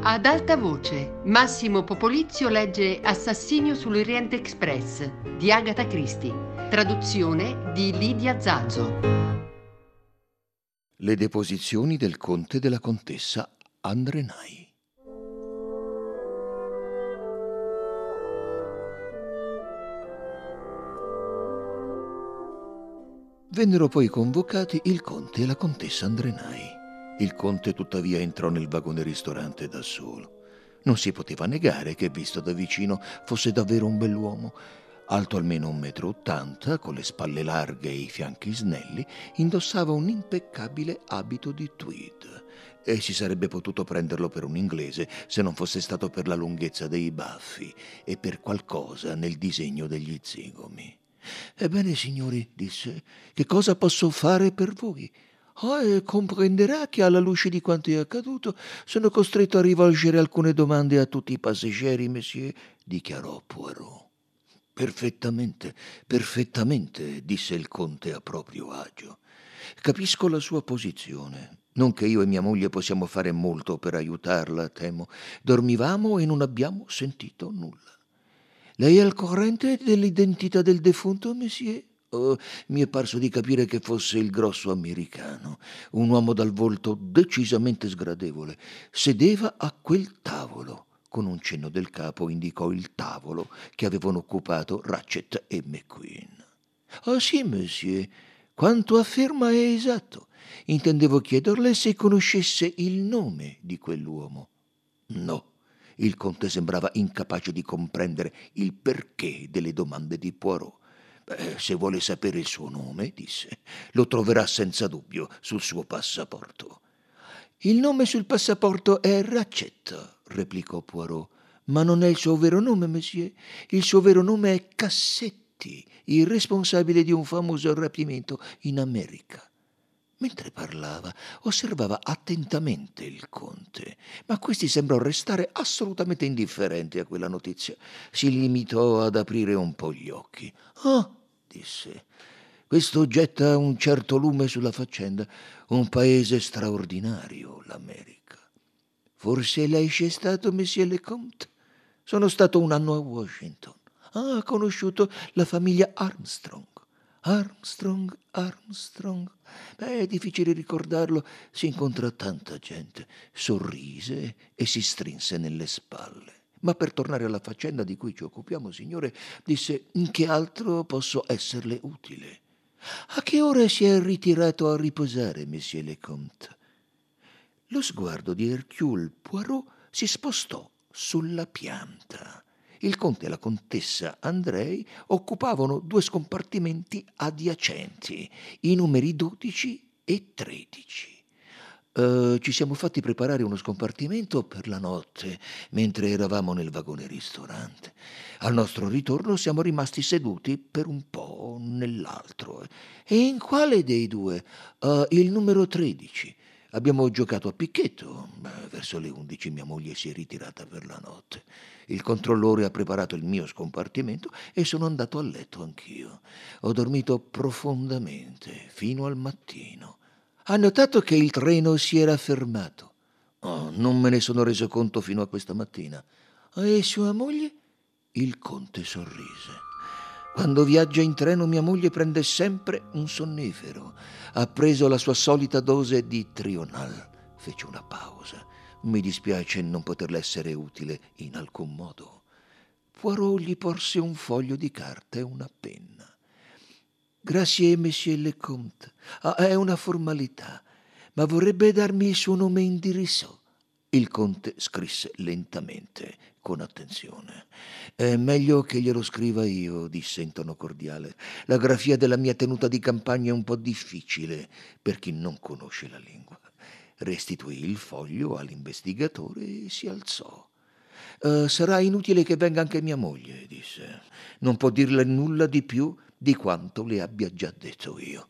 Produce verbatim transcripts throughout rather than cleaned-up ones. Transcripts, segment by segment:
Ad alta voce, Massimo Popolizio legge Assassinio sull'Oriente Express di Agatha Christie, traduzione di Lidia Zazzo. Le deposizioni del conte e della contessa Andrenai. Vennero poi convocati il conte e la contessa Andrenai. Il conte tuttavia entrò nel vagone ristorante da solo. Non si poteva negare che, visto da vicino, fosse davvero un bell'uomo. Alto almeno un metro ottanta, con le spalle larghe e i fianchi snelli, indossava un impeccabile abito di tweed e si sarebbe potuto prenderlo per un inglese se non fosse stato per la lunghezza dei baffi e per qualcosa nel disegno degli zigomi. «Ebbene, signori», disse, «che cosa posso fare per voi?» «Ah, e comprenderà che alla luce di quanto è accaduto sono costretto a rivolgere alcune domande a tutti i passeggeri, monsieur», dichiarò Poirot. «Perfettamente, perfettamente», disse il conte a proprio agio. «Capisco la sua posizione. Non che io e mia moglie possiamo fare molto per aiutarla, temo. Dormivamo e non abbiamo sentito nulla. Lei è al corrente dell'identità del defunto, monsieur?» «Oh, mi è parso di capire che fosse il grosso americano, un uomo dal volto decisamente sgradevole. Sedeva a quel tavolo». Con un cenno del capo indicò il tavolo che avevano occupato Ratchet e McQueen. «Ah sì, monsieur, quanto afferma è esatto. Intendevo chiederle se conoscesse il nome di quell'uomo». «No». Il conte sembrava incapace di comprendere il perché delle domande di Poirot. «Beh, se vuole sapere il suo nome», disse, «lo troverà senza dubbio sul suo passaporto». «Il nome sul passaporto è Ratchet», replicò Poirot, «ma non è il suo vero nome, monsieur. Il suo vero nome è Cassetti, il responsabile di un famoso rapimento in America». Mentre parlava, osservava attentamente il conte, ma questi sembrò restare assolutamente indifferente a quella notizia. Si limitò ad aprire un po' gli occhi. «Ah», disse, «questo getta un certo lume sulla faccenda. Un paese straordinario, l'America». «Forse lei c'è stato, monsieur le comte?» «Sono stato un anno a Washington». «Ah, ha conosciuto la famiglia Armstrong?» «Armstrong, Armstrong. Beh, è difficile ricordarlo, si incontra tanta gente». Sorrise e si strinse nelle spalle. «Ma per tornare alla faccenda di cui ci occupiamo, signore», disse, «in che altro posso esserle utile?» «A che ora si è ritirato a riposare, monsieur le comte?» Lo sguardo di Hercule Poirot si spostò sulla pianta. Il conte e la contessa Andrei occupavano due scompartimenti adiacenti, i numeri dodici e tredici. Uh, ci siamo fatti preparare uno scompartimento per la notte mentre eravamo nel vagone ristorante. Al nostro ritorno siamo rimasti seduti per un po' nell'altro. E in quale dei due? Uh, il numero tredici. Abbiamo giocato a picchetto. Beh, verso le undici mia moglie si è ritirata per la notte. Il controllore ha preparato il mio scompartimento e sono andato a letto anch'io. Ho dormito profondamente fino al mattino. «Ha notato che il treno si era fermato?» «Oh, non me ne sono reso conto fino a questa mattina». «E sua moglie?» Il conte sorrise. «Quando viaggia in treno mia moglie prende sempre un sonnifero. Ha preso la sua solita dose di Trional». Fece una pausa. «Mi dispiace non poterle essere utile in alcun modo». Poirot gli porse un foglio di carta e una penna. «Grazie, monsieur le comte. Ah, è una formalità, ma vorrebbe darmi il suo nome e indirizzo?» Il conte scrisse lentamente, con attenzione. «È meglio che glielo scriva io», disse in tono cordiale. «La grafia della mia tenuta di campagna è un po' difficile per chi non conosce la lingua». Restituì il foglio all'investigatore e si alzò. Uh, «Sarà inutile che venga anche mia moglie», disse. «Non può dirle nulla di più di quanto le abbia già detto io».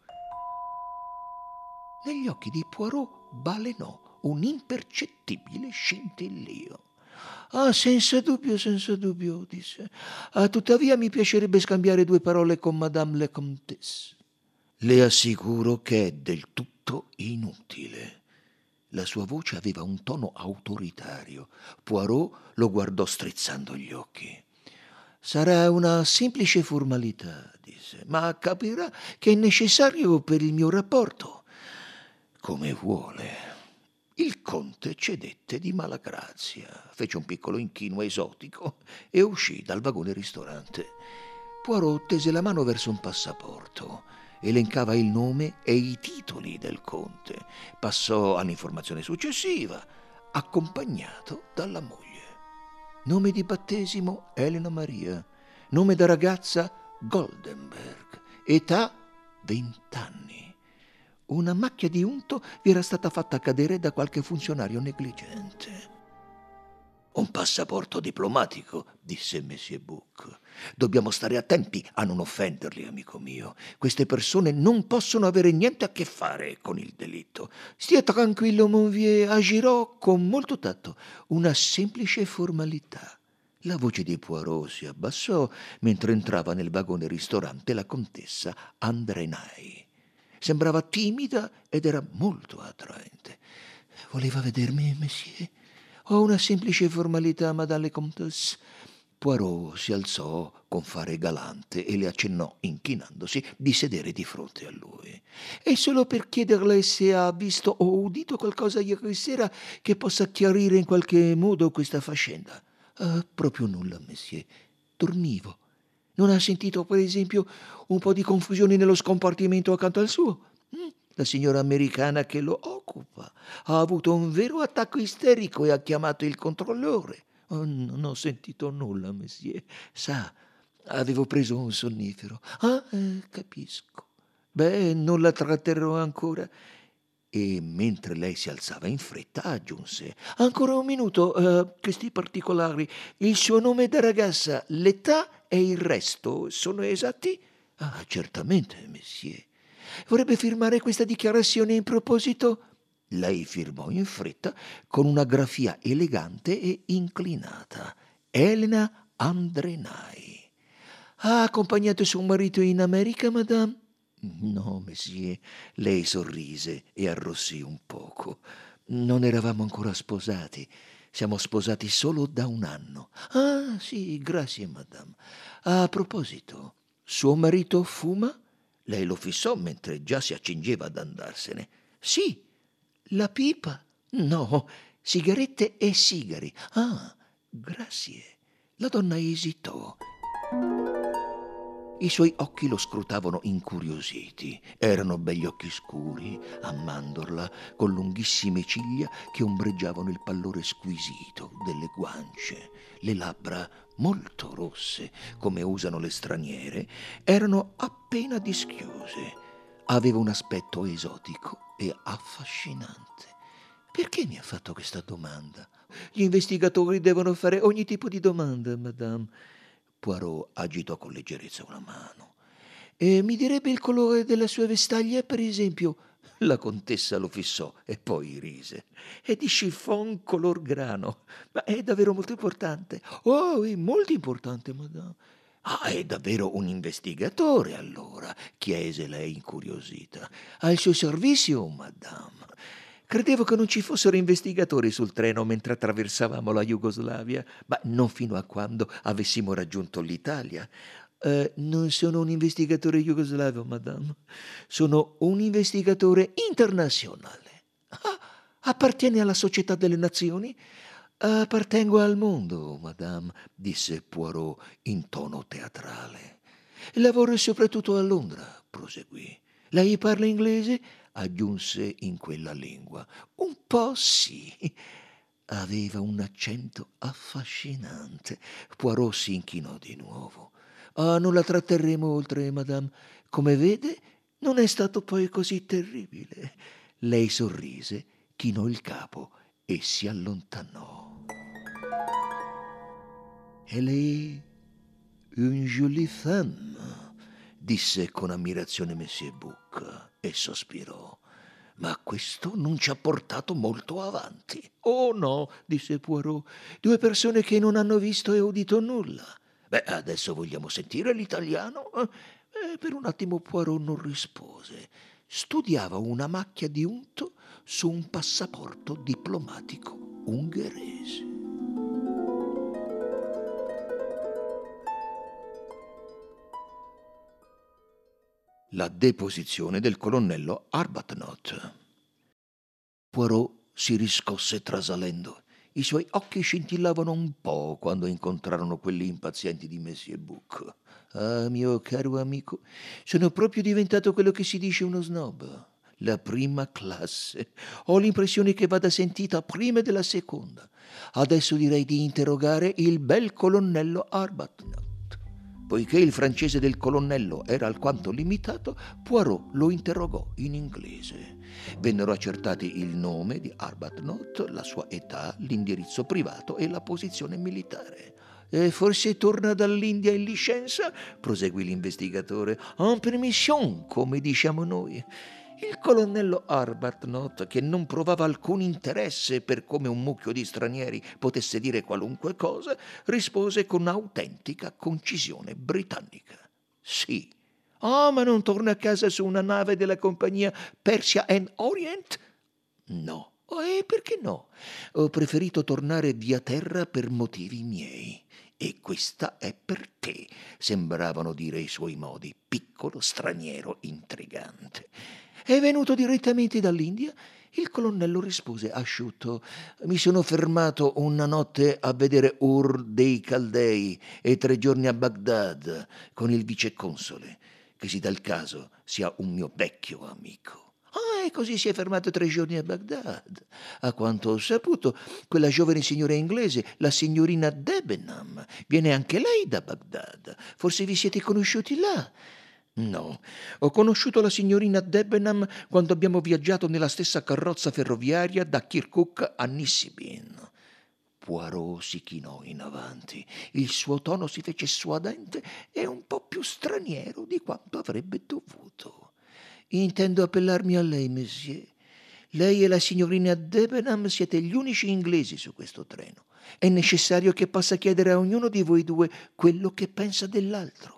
Negli occhi di Poirot balenò un impercettibile scintillio. «Ah, senza dubbio, senza dubbio», disse. «Ah, tuttavia mi piacerebbe scambiare due parole con Madame la Comtesse». «Le assicuro che è del tutto inutile». La sua voce aveva un tono autoritario. Poirot lo guardò strizzando gli occhi. «Sarà una semplice formalità», disse, «ma capirà che è necessario per il mio rapporto». «Come vuole». Il conte cedette di mala grazia, fece un piccolo inchino esotico e uscì dal vagone ristorante. Poirot tese la mano verso un passaporto. Elencava il nome e i titoli del conte. Passò all'informazione successiva, accompagnato dalla moglie. Nome di battesimo Elena Maria. Nome da ragazza Goldenberg. Età vent'anni. Una macchia di unto vi era stata fatta cadere da qualche funzionario negligente. «Un passaporto diplomatico», disse Monsieur Bouc. «Dobbiamo stare attenti a non offenderli, amico mio. Queste persone non possono avere niente a che fare con il delitto. Stia tranquillo, mon vieux, agirò con molto tatto. Una semplice formalità». La voce di Poirot si abbassò mentre entrava nel vagone ristorante la contessa Andrenay. Sembrava timida ed era molto attraente. «Voleva vedermi, monsieur?» «Ho una semplice formalità, madame la comtesse». Poirot si alzò con fare galante e le accennò, inchinandosi, di sedere di fronte a lui. «È solo per chiederle se ha visto o udito qualcosa ieri sera che possa chiarire in qualche modo questa faccenda». «Ah, proprio nulla, monsieur. Dormivo». «Non ha sentito, per esempio, un po' di confusione nello scompartimento accanto al suo?» Mm? La signora americana che lo occupa ha avuto un vero attacco isterico e ha chiamato il controllore». «Oh, non ho sentito nulla, monsieur. Sa, avevo preso un sonnifero». «Ah, eh, capisco. Beh, non la tratterrò ancora». E mentre lei si alzava in fretta aggiunse: «Ancora un minuto, eh, questi particolari. Il suo nome da ragazza, l'età e il resto sono esatti?» «Ah, certamente, monsieur». «Vorrebbe firmare questa dichiarazione in proposito?» Lei firmò in fretta con una grafia elegante e inclinata. Elena Andrenay. «Ha accompagnato suo marito in America, madame?» «No, monsieur». Lei sorrise e arrossì un poco. «Non eravamo ancora sposati. Siamo sposati solo da un anno». «Ah, sì, grazie, madame. A proposito, suo marito fuma?» Lei lo fissò mentre già si accingeva ad andarsene. «Sì». «La pipa?» «No, sigarette e sigari». «Ah, grazie». La donna esitò. I suoi occhi lo scrutavano incuriositi. Erano begli occhi scuri, a mandorla, con lunghissime ciglia che ombreggiavano il pallore squisito delle guance. Le labbra, molto rosse, come usano le straniere, erano appena dischiuse. Aveva un aspetto esotico e affascinante. «Perché mi ha fatto questa domanda?» «Gli investigatori devono fare ogni tipo di domanda, madame». Poirot agitò con leggerezza una mano. «E mi direbbe il colore della sua vestaglia, per esempio?» La contessa lo fissò e poi rise. «È di chiffon color grano, ma è davvero molto importante». «Oh, è molto importante, madame». «Ah, è davvero un investigatore, allora?» chiese lei incuriosita. «Al suo servizio, madame». «Credevo che non ci fossero investigatori sul treno mentre attraversavamo la Jugoslavia, ma non fino a quando avessimo raggiunto l'Italia». Uh, «Non sono un investigatore jugoslavo, madame. Sono un investigatore internazionale». «Ah, appartiene alla Società delle Nazioni?» «Appartengo al mondo, madame», disse Poirot in tono teatrale. «Lavoro soprattutto a Londra», proseguì. «Lei parla inglese?» aggiunse in quella lingua. «Un po' sì». Aveva un accento affascinante. Poirot si inchinò di nuovo. «Ah, non la tratterremo oltre, madame. Come vede, non è stato poi così terribile». Lei sorrise, chinò il capo e si allontanò. «Elle est une jolie femme», disse con ammirazione Monsieur Bouc e sospirò. «Ma questo non ci ha portato molto avanti». «Oh no», disse Poirot, «due persone che non hanno visto e udito nulla». «Beh, adesso vogliamo sentire l'italiano?» Eh, per un attimo Poirot non rispose. studiava una macchia di unto su un passaporto diplomatico ungherese. La deposizione del colonnello Arbuthnot. Poirot si riscosse trasalendo. I suoi occhi scintillavano un po' quando incontrarono quelli impazienti di Monsieur Buck. Ah, mio caro amico, sono proprio diventato quello che si dice uno snob. La prima classe. Ho l'impressione che vada sentita prima della seconda. Adesso direi di interrogare il bel colonnello Arbuthnot. Poiché il francese del colonnello era alquanto limitato, Poirot lo interrogò in inglese. Vennero accertati il nome di Arbuthnot, la sua età, l'indirizzo privato e la posizione militare. E forse torna dall'India in licenza? Proseguì l'investigatore. En permission, come diciamo noi. Il colonnello Arbuthnot, che non provava alcun interesse per come un mucchio di stranieri potesse dire qualunque cosa, rispose con autentica concisione britannica. Sì. Ah, ma non torna a casa su una nave della compagnia Persia and Orient? No. E perché no? Ho preferito tornare via terra per motivi miei. E questa è per te, sembravano dire i suoi modi, piccolo straniero intrigante. È venuto direttamente dall'India? Il colonnello rispose asciutto. Mi sono fermato una notte a vedere Ur dei Caldei e tre giorni a Baghdad con il viceconsole, che si dà il caso sia un mio vecchio amico. Ah, e così si è fermato tre giorni a Baghdad. A quanto ho saputo, quella giovane signora inglese, la signorina Debenham, viene anche lei da Baghdad. Forse vi siete conosciuti là? No, ho conosciuto la signorina Debenham quando abbiamo viaggiato nella stessa carrozza ferroviaria da Kirkuk a Nisibin. Poirot si chinò in avanti. Il suo tono si fece suadente e un po' più straniero di quanto avrebbe dovuto. Intendo appellarmi a lei, monsieur. Lei e la signorina Debenham siete gli unici inglesi su questo treno. È necessario che possa chiedere a ognuno di voi due quello che pensa dell'altro.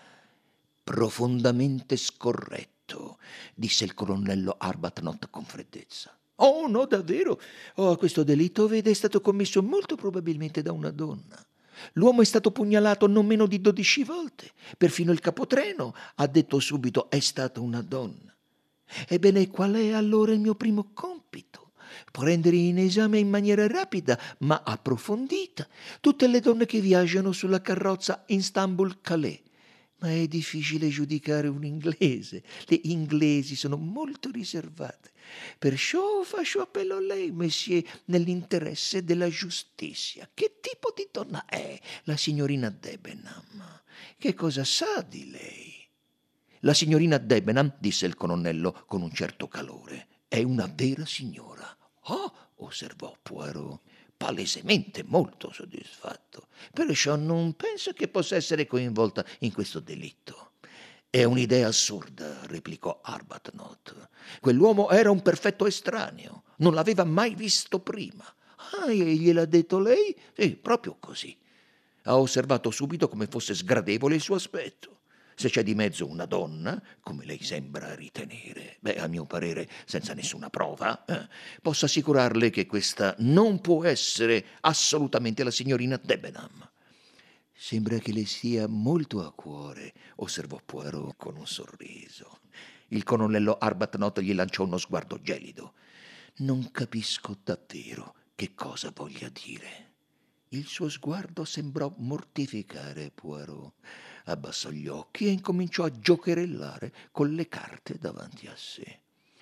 Profondamente scorretto, disse il colonnello Arbuthnot con freddezza. Oh, no, davvero? Oh, questo delitto, vede, è stato commesso molto probabilmente da una donna. L'uomo è stato pugnalato non meno di dodici volte. Perfino il capotreno ha detto subito è stata una donna. Ebbene, qual è allora il mio primo compito? Prendere in esame in maniera rapida ma approfondita tutte le donne che viaggiano sulla carrozza Istanbul-Calais. Ma è difficile giudicare un inglese. Le inglesi sono molto riservate. Perciò faccio appello a lei, monsieur, nell'interesse della giustizia. Che tipo di donna è la signorina Debenham? Che cosa sa di lei? La signorina Debenham, disse il colonnello con un certo calore, è una vera signora. Oh, osservò Poirot, palesemente molto soddisfatto. Perciò non penso che possa essere coinvolta in questo delitto. È un'idea assurda, replicò Arbuthnot. Quell'uomo era un perfetto estraneo, non l'aveva mai visto prima. Ah, e gliel'ha detto lei? Sì, proprio così. Ha osservato subito come fosse sgradevole il suo aspetto. Se c'è di mezzo una donna, come lei sembra ritenere, beh, a mio parere, senza nessuna prova, eh, posso assicurarle che questa non può essere assolutamente la signorina Debenham. Sembra che le stia molto a cuore, osservò Poirot con un sorriso. Il colonnello Arbuthnot gli lanciò uno sguardo gelido. Non capisco davvero che cosa voglia dire. Il suo sguardo sembrò mortificare Poirot. Abbassò gli occhi e incominciò a giocherellare con le carte davanti a sé.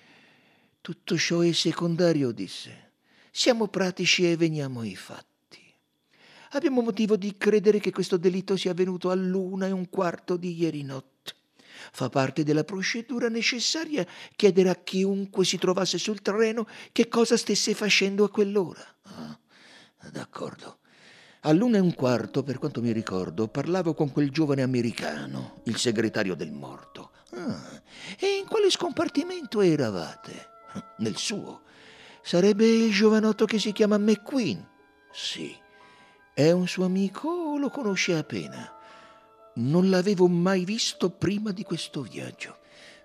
Tutto ciò è secondario, disse. Siamo pratici e veniamo ai fatti. Abbiamo motivo di credere che questo delitto sia avvenuto all'una e un quarto di ieri notte. Fa parte della procedura necessaria chiedere a chiunque si trovasse sul treno che cosa stesse facendo a quell'ora. Ah, d'accordo. All'una e un quarto, per quanto mi ricordo, parlavo con quel giovane americano, il segretario del morto. Ah, e in quale scompartimento eravate? Nel suo. Sarebbe il giovanotto che si chiama McQueen? Sì. È un suo amico o lo conosce appena? Non l'avevo mai visto prima di questo viaggio.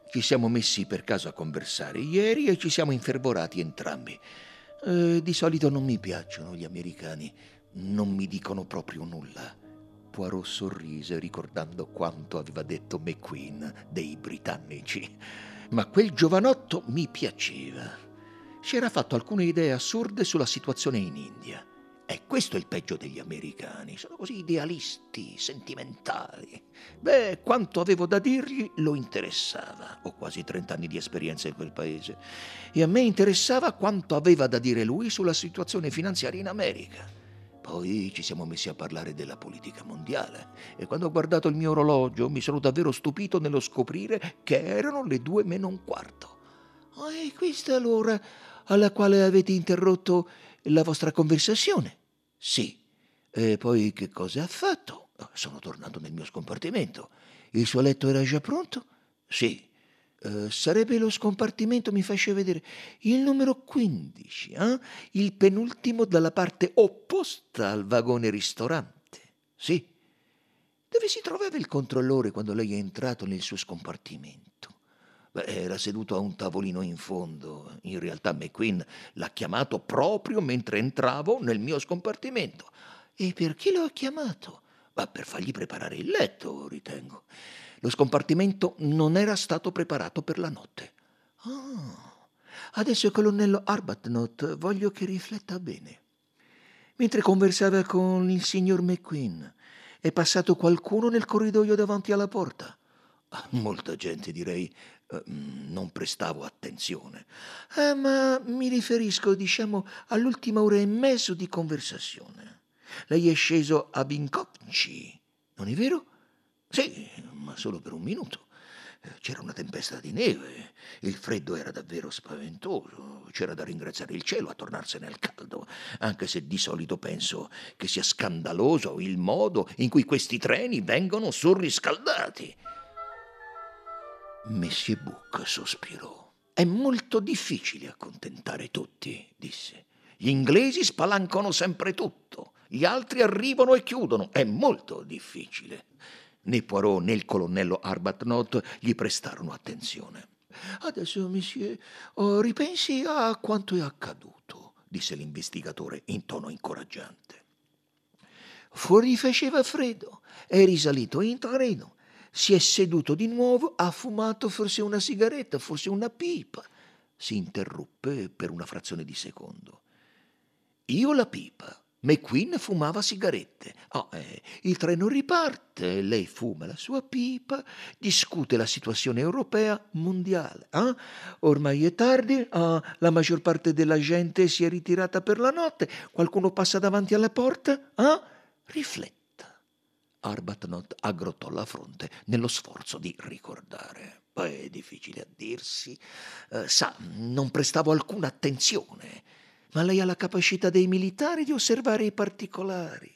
Ci siamo messi per caso a conversare ieri e ci siamo infervorati entrambi. Eh, di solito non mi piacciono gli americani, non mi dicono proprio nulla. Poirot sorrise ricordando quanto aveva detto McQueen dei britannici. Ma quel giovanotto mi piaceva. Si era fatto alcune idee assurde sulla situazione in India. E questo è il peggio degli americani, sono così idealisti, sentimentali. Beh, quanto avevo da dirgli lo interessava. Ho quasi trent'anni di esperienza in quel paese. E a me interessava quanto aveva da dire lui sulla situazione finanziaria in America. Poi ci siamo messi a parlare della politica mondiale e quando ho guardato il mio orologio mi sono davvero stupito nello scoprire che erano le due meno un quarto. Oh, e questa è l'ora alla quale avete interrotto la vostra conversazione? Sì. E poi che cosa ha fatto? Sono tornato nel mio scompartimento. Il suo letto era già pronto? Sì. Uh, sarebbe lo scompartimento, mi faccia vedere, il numero quindici, eh? Il penultimo dalla parte opposta al vagone ristorante. Sì. Dove si trovava il controllore quando lei è entrato nel suo scompartimento? Beh, era seduto a un tavolino in fondo. In realtà McQueen l'ha chiamato proprio mentre entravo nel mio scompartimento. E perché lo ha chiamato? Ma per fargli preparare il letto, ritengo. Lo scompartimento non era stato preparato per la notte. Ah, adesso, colonnello Arbuthnot, voglio che rifletta bene. Mentre conversava con il signor McQueen, è passato qualcuno nel corridoio davanti alla porta? Ah, molta gente, direi. Eh, non prestavo attenzione. Eh, ma mi riferisco, diciamo, all'ultima ora e mezzo di conversazione. Lei è sceso a Bincocci, non è vero? Sì, ma solo per un minuto. C'era una tempesta di neve, il freddo era davvero spaventoso, c'era da ringraziare il cielo a tornarsene al caldo, anche se di solito penso che sia scandaloso il modo in cui questi treni vengono surriscaldati. Monsieur Buck sospirò. È molto difficile accontentare tutti, disse. Gli inglesi spalancano sempre tutto, gli altri arrivano e chiudono, è molto difficile. Né Poirot né il colonnello Arbuthnot gli prestarono attenzione. Adesso, monsieur, oh, ripensi a quanto è accaduto, disse l'investigatore in tono incoraggiante. Fuori faceva freddo, è risalito in treno, si è seduto di nuovo, ha fumato forse una sigaretta, forse una pipa. Si interruppe per una frazione di secondo. Io la pipa. McQueen fumava sigarette. Oh, eh, il treno riparte, lei fuma la sua pipa, discute la situazione europea mondiale. Eh? Ormai è tardi, ah, la maggior parte della gente si è ritirata per la notte, qualcuno passa davanti alla porta? Eh? Rifletta. Arbuthnot aggrottò la fronte nello sforzo di ricordare. Poi è difficile a dirsi. Eh, sa, non prestavo alcuna attenzione. Ma lei ha la capacità dei militari di osservare i particolari.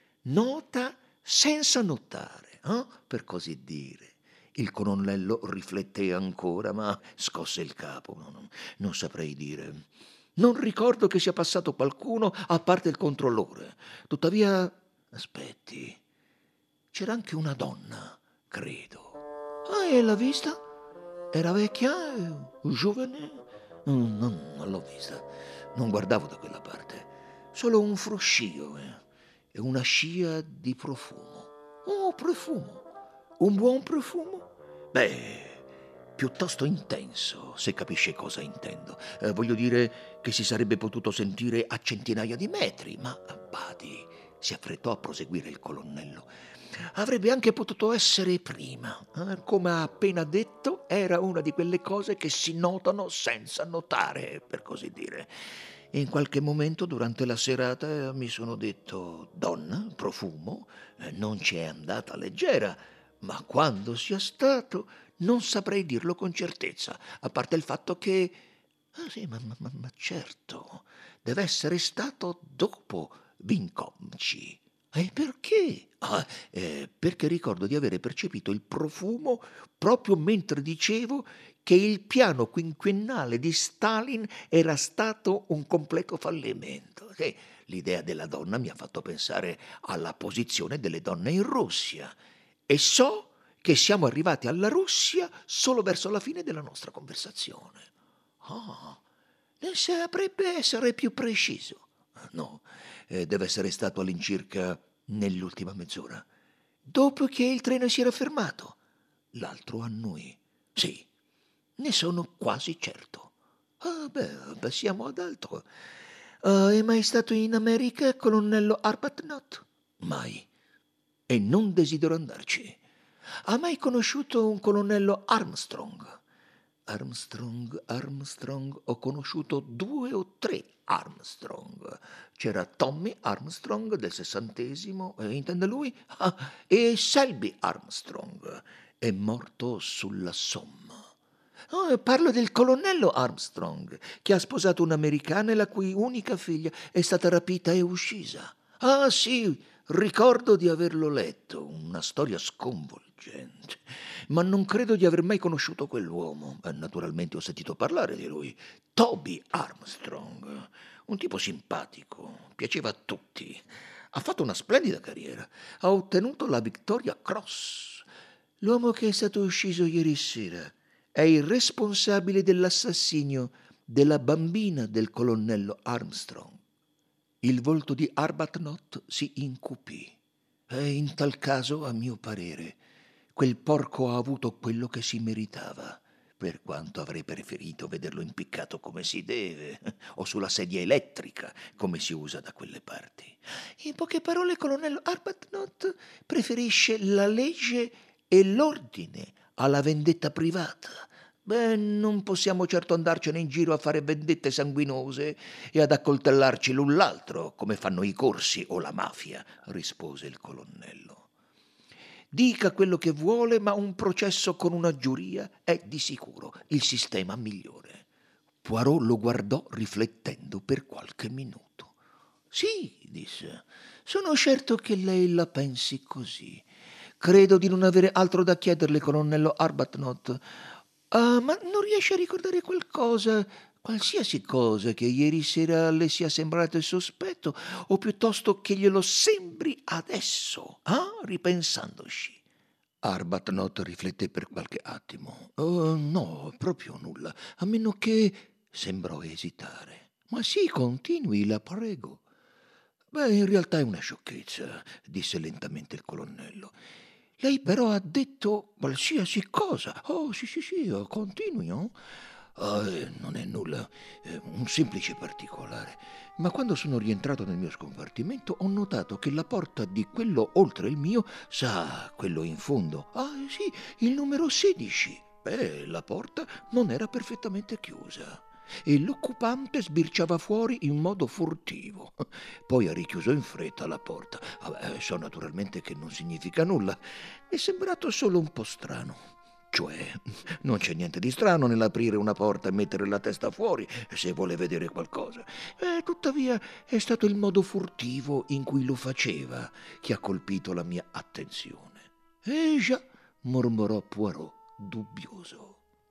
Nota senza notare, eh? Per così dire. Il colonnello rifletté ancora, ma scosse il capo. Non, non saprei dire. Non ricordo che sia passato qualcuno a parte il controllore. Tuttavia, aspetti, c'era anche una donna, credo. Ah, e l'ha vista? Era vecchia, giovane? Non, non, non l'ho vista. Non guardavo da quella parte. Solo un fruscio eh, e una scia di profumo. Oh, profumo. Un buon profumo? Beh, piuttosto intenso, se capisce cosa intendo. Eh, voglio dire che si sarebbe potuto sentire a centinaia di metri, ma badi, si affrettò a proseguire il colonnello. Avrebbe anche potuto essere prima. Eh? Come ha appena detto, era una di quelle cose che si notano senza notare, per così dire. In qualche momento durante la serata mi sono detto, donna, profumo, eh, non ci è andata leggera, ma quando sia stato non saprei dirlo con certezza, a parte il fatto che... Ah sì, ma, ma, ma certo, deve essere stato dopo Vincomci. E perché? Ah, eh, perché ricordo di avere percepito il profumo proprio mentre dicevo che il piano quinquennale di Stalin era stato un completo fallimento. Sì, l'idea della donna mi ha fatto pensare alla posizione delle donne in Russia e so che siamo arrivati alla Russia solo verso la fine della nostra conversazione. Ah, ne saprebbe essere più preciso. No, eh, deve essere stato all'incirca nell'ultima mezz'ora, dopo che il treno si era fermato. L'altro a noi. Sì, ne sono quasi certo. Ah, beh, passiamo ad altro. Uh, è mai stato in America, colonnello Arbuthnot? Mai. E non desidero andarci. Ha mai conosciuto un colonnello Armstrong? Armstrong, Armstrong, ho conosciuto due o tre Armstrong. C'era Tommy Armstrong del sessantesimo, eh, intende lui? Ah, e Selby Armstrong, è morto sulla Somme. Oh, parlo del colonnello Armstrong, che ha sposato un'americana e la cui unica figlia è stata rapita e uccisa. Ah sì, ricordo di averlo letto, una storia sconvolgente, ma non credo di aver mai conosciuto quell'uomo. Eh, naturalmente ho sentito parlare di lui. Toby Armstrong, un tipo simpatico, piaceva a tutti. Ha fatto una splendida carriera, ha ottenuto la Victoria Cross. L'uomo che è stato ucciso ieri sera è il responsabile dell'assassinio della bambina del colonnello Armstrong. Il volto di Arbuthnot si incupì. E in tal caso, a mio parere, quel porco ha avuto quello che si meritava, per quanto avrei preferito vederlo impiccato come si deve, o sulla sedia elettrica, come si usa da quelle parti. In poche parole, il colonnello Arbuthnot preferisce la legge e l'ordine alla vendetta privata. Beh, non possiamo certo andarcene in giro a fare vendette sanguinose e ad accoltellarci l'un l'altro, come fanno i corsi o la mafia, rispose il colonnello. Dica quello che vuole, ma un processo con una giuria è di sicuro il sistema migliore. Poirot lo guardò riflettendo per qualche minuto. Sì, disse, sono certo che lei la pensi così. Credo di non avere altro da chiederle, colonnello Arbuthnot. Uh, ma non riesce a ricordare qualcosa, qualsiasi cosa che ieri sera le sia sembrato sospetto, o piuttosto che glielo sembri adesso, ah, ripensandoci? Arbuthnot rifletté per qualche attimo. Uh, no, proprio nulla, a meno che... sembrò esitare. Ma sì, continui, la prego. Beh, in realtà è una sciocchezza, disse lentamente il colonnello. Lei però ha detto qualsiasi cosa. Oh, sì, sì, sì, continui, no? Oh, eh, non è nulla, eh, un semplice particolare. Ma quando sono rientrato nel mio scompartimento ho notato che la porta di quello oltre il mio, sa, quello in fondo. Ah, sì, il numero sedici. Beh, la porta non era perfettamente chiusa e l'occupante sbirciava fuori in modo furtivo. Poi ha richiuso in fretta la porta. Vabbè, so naturalmente che non significa nulla. Mi è sembrato solo un po' strano. Cioè, non c'è niente di strano nell'aprire una porta e mettere la testa fuori se vuole vedere qualcosa. Eh, tuttavia è stato il modo furtivo in cui lo faceva che ha colpito la mia attenzione. Eh già, mormorò Poirot, dubbioso.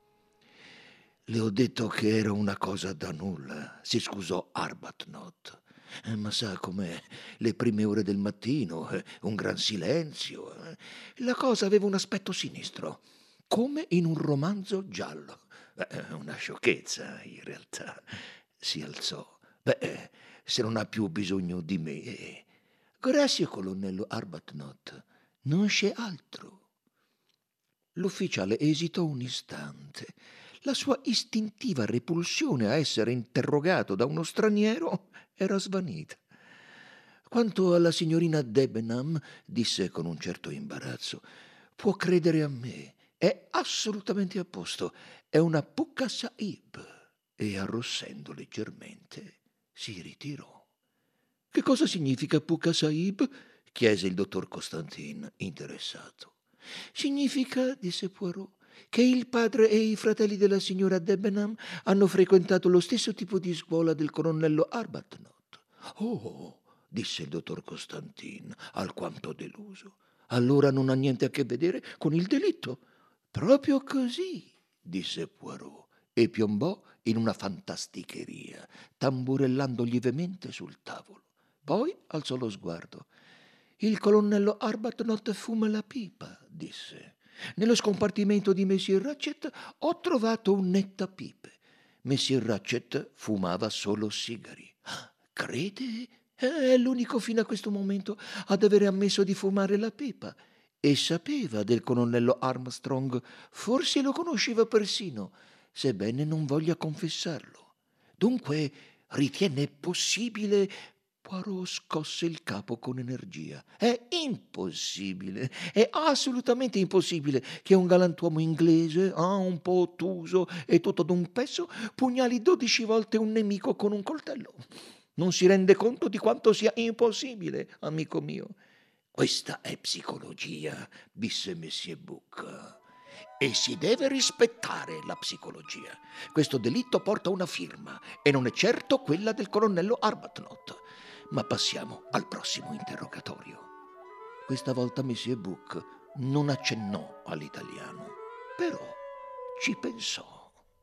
Le ho detto che era una cosa da nulla, si scusò Arbuthnot. Eh, ma sa com'è, le prime ore del mattino, eh, un gran silenzio. Eh. La cosa aveva un aspetto sinistro, come in un romanzo giallo. Eh, una sciocchezza, in realtà. Si alzò. Beh, se non ha più bisogno di me. Eh. Grazie, colonnello Arbuthnot. Non c'è altro. L'ufficiale esitò un istante. La sua istintiva repulsione a essere interrogato da uno straniero era svanita. Quanto alla signorina Debenham, disse con un certo imbarazzo, può credere a me, è assolutamente a posto, è una Pukka Sahib. E arrossendo leggermente si ritirò. Che cosa significa Pukka Sahib? Chiese il dottor Costantin, interessato. Significa, disse Poirot, che il padre e i fratelli della signora Debenham hanno frequentato lo stesso tipo di scuola del colonnello Arbuthnot. Oh, disse il dottor Costantin, alquanto deluso. Allora non ha niente a che vedere con il delitto. Proprio così, disse Poirot, e piombò in una fantasticheria, tamburellando lievemente sul tavolo. Poi alzò lo sguardo. Il colonnello Arbuthnot fuma la pipa, disse. Nello scompartimento di Monsieur Ratchet ho trovato un nettapipe. Monsieur Ratchet fumava solo sigari. Crede? È l'unico fino a questo momento ad avere ammesso di fumare la pipa. E sapeva del colonnello Armstrong, forse lo conosceva persino, sebbene non voglia confessarlo. Dunque ritiene possibile... Poirot scosse il capo con energia. È impossibile, è assolutamente impossibile che un galantuomo inglese, ah, un po' ottuso e tutto d'un pezzo, pugnali dodici volte un nemico con un coltello. Non si rende conto di quanto sia impossibile, amico mio. Questa è psicologia, disse Monsieur Buck. E si deve rispettare la psicologia. Questo delitto porta una firma e non è certo quella del colonnello Arbuthnot. Ma passiamo al prossimo interrogatorio. Questa volta Monsieur Buck non accennò all'italiano, però ci pensò.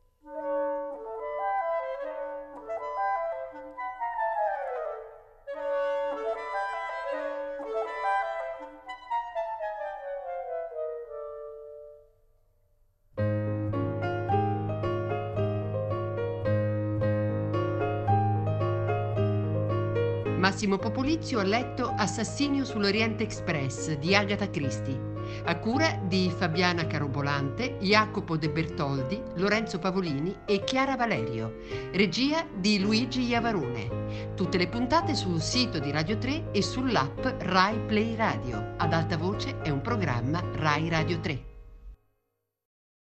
Massimo Popolizio ha letto Assassinio sull'Oriente Express di Agatha Christie, a cura di Fabiana Carobolante, Jacopo De Bertoldi, Lorenzo Pavolini e Chiara Valerio, regia di Luigi Iavarone. Tutte le puntate sul sito di Radio tre e sull'app Rai Play Radio. Ad alta voce è un programma Rai Radio tre.